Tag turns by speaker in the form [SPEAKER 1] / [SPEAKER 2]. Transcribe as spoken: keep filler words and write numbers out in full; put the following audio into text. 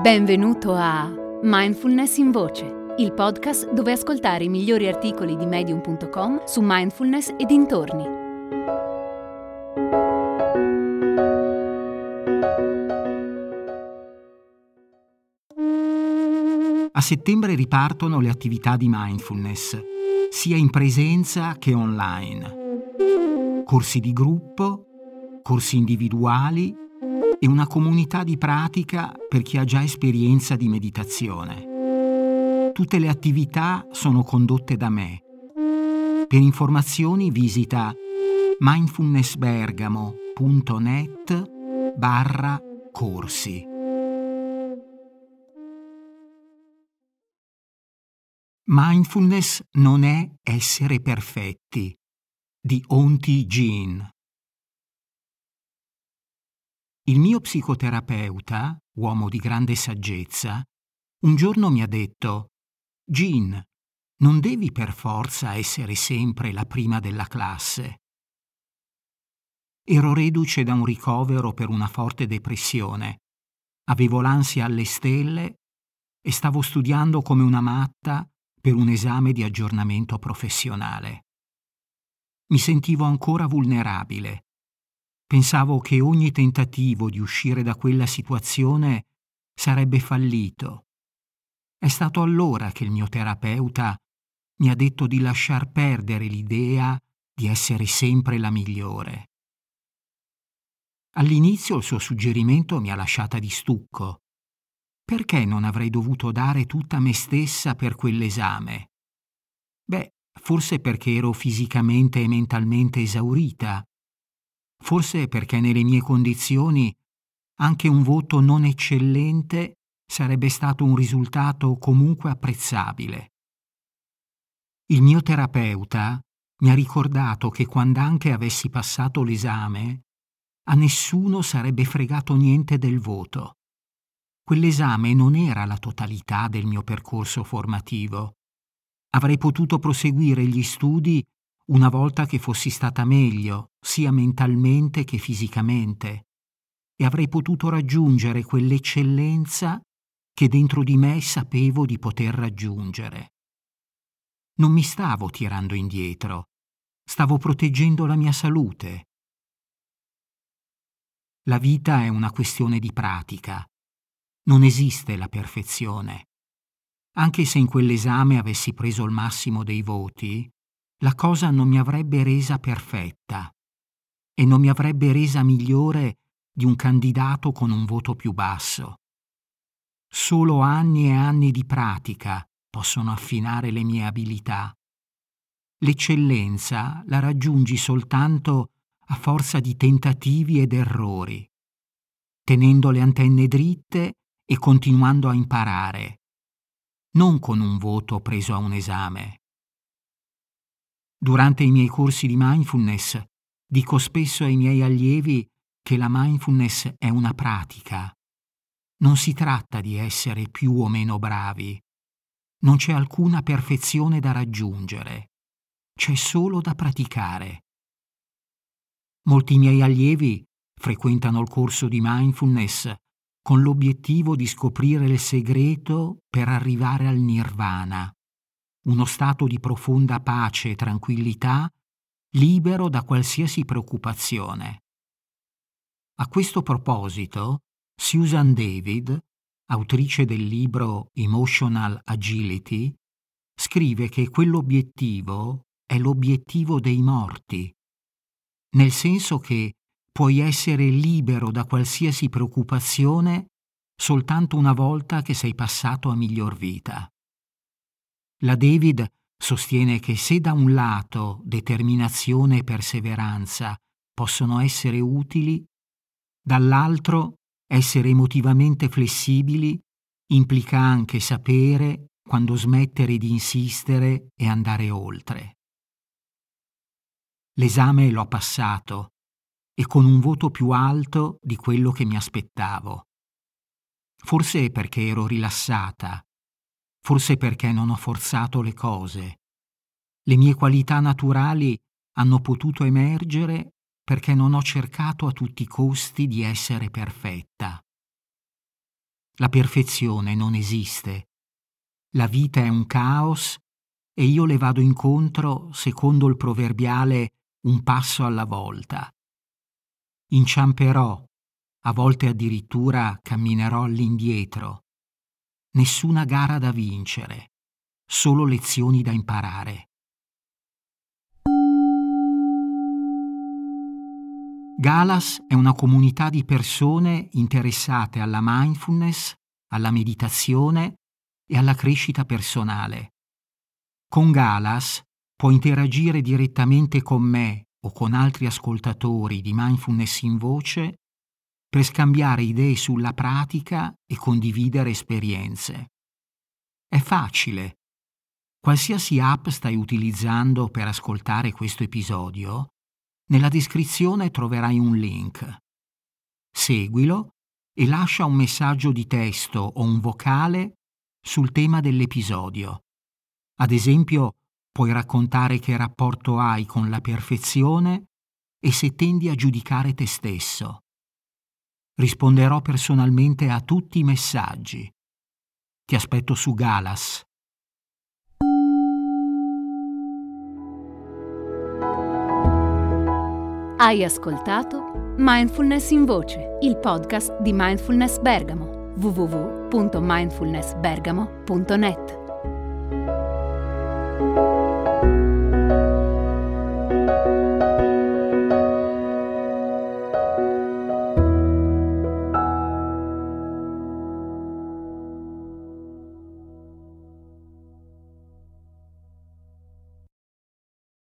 [SPEAKER 1] Benvenuto a Mindfulness in Voce, il podcast dove ascoltare i migliori articoli di medium punto com su mindfulness e dintorni.
[SPEAKER 2] A settembre ripartono le attività di mindfulness, sia in presenza che online. Corsi di gruppo, corsi individuali e una comunità di pratica per chi ha già esperienza di meditazione. Tutte le attività sono condotte da me. Per informazioni visita mindfulnessbergamo.net barra corsi. Mindfulness non è essere perfetti, di Onti Jean. Il mio psicoterapeuta, uomo di grande saggezza, un giorno mi ha detto: Jean, non devi per forza essere sempre la prima della classe. Ero reduce da un ricovero per una forte depressione, avevo l'ansia alle stelle e stavo studiando come una matta per un esame di aggiornamento professionale. Mi sentivo ancora vulnerabile. Pensavo che ogni tentativo di uscire da quella situazione sarebbe fallito. È stato allora che il mio terapeuta mi ha detto di lasciar perdere l'idea di essere sempre la migliore. All'inizio il suo suggerimento mi ha lasciata di stucco. Perché non avrei dovuto dare tutta me stessa per quell'esame? Beh, forse perché ero fisicamente e mentalmente esaurita. Forse perché nelle mie condizioni anche un voto non eccellente sarebbe stato un risultato comunque apprezzabile. Il mio terapeuta mi ha ricordato che quand'anche avessi passato l'esame, a nessuno sarebbe fregato niente del voto. Quell'esame non era la totalità del mio percorso formativo. Avrei potuto proseguire gli studi una volta che fossi stata meglio, sia mentalmente che fisicamente, e avrei potuto raggiungere quell'eccellenza che dentro di me sapevo di poter raggiungere. Non mi stavo tirando indietro, stavo proteggendo la mia salute. La vita è una questione di pratica. Non esiste la perfezione. Anche se in quell'esame avessi preso il massimo dei voti, la cosa non mi avrebbe resa perfetta e non mi avrebbe resa migliore di un candidato con un voto più basso. Solo anni e anni di pratica possono affinare le mie abilità. L'eccellenza la raggiungi soltanto a forza di tentativi ed errori, tenendo le antenne dritte e continuando a imparare, non con un voto preso a un esame. Durante i miei corsi di mindfulness dico spesso ai miei allievi che la mindfulness è una pratica. Non si tratta di essere più o meno bravi. Non c'è alcuna perfezione da raggiungere. C'è solo da praticare. Molti miei allievi frequentano il corso di mindfulness con l'obiettivo di scoprire il segreto per arrivare al nirvana, uno stato di profonda pace e tranquillità, libero da qualsiasi preoccupazione. A questo proposito, Susan David, autrice del libro Emotional Agility, scrive che quell'obiettivo è l'obiettivo dei morti, nel senso che puoi essere libero da qualsiasi preoccupazione soltanto una volta che sei passato a miglior vita. La David sostiene che se da un lato determinazione e perseveranza possono essere utili, dall'altro essere emotivamente flessibili implica anche sapere quando smettere di insistere e andare oltre. L'esame l'ho passato e con un voto più alto di quello che mi aspettavo. Forse perché ero rilassata, forse perché non ho forzato le cose. Le mie qualità naturali hanno potuto emergere perché non ho cercato a tutti i costi di essere perfetta. La perfezione non esiste. La vita è un caos e io le vado incontro secondo il proverbiale un passo alla volta. Inciamperò, a volte addirittura camminerò all'indietro. Nessuna gara da vincere, solo lezioni da imparare. Galas è una comunità di persone interessate alla mindfulness, alla meditazione e alla crescita personale. Con Galas puoi interagire direttamente con me o con altri ascoltatori di Mindfulness in Voce per scambiare idee sulla pratica e condividere esperienze. È facile. Qualsiasi app stai utilizzando per ascoltare questo episodio, nella descrizione troverai un link. Seguilo e lascia un messaggio di testo o un vocale sul tema dell'episodio. Ad esempio, puoi raccontare che rapporto hai con la perfezione e se tendi a giudicare te stesso. Risponderò personalmente a tutti i messaggi. Ti aspetto su Galas.
[SPEAKER 1] Hai ascoltato Mindfulness in Voce, il podcast di Mindfulness Bergamo. w w w punto mindfulness bergamo punto net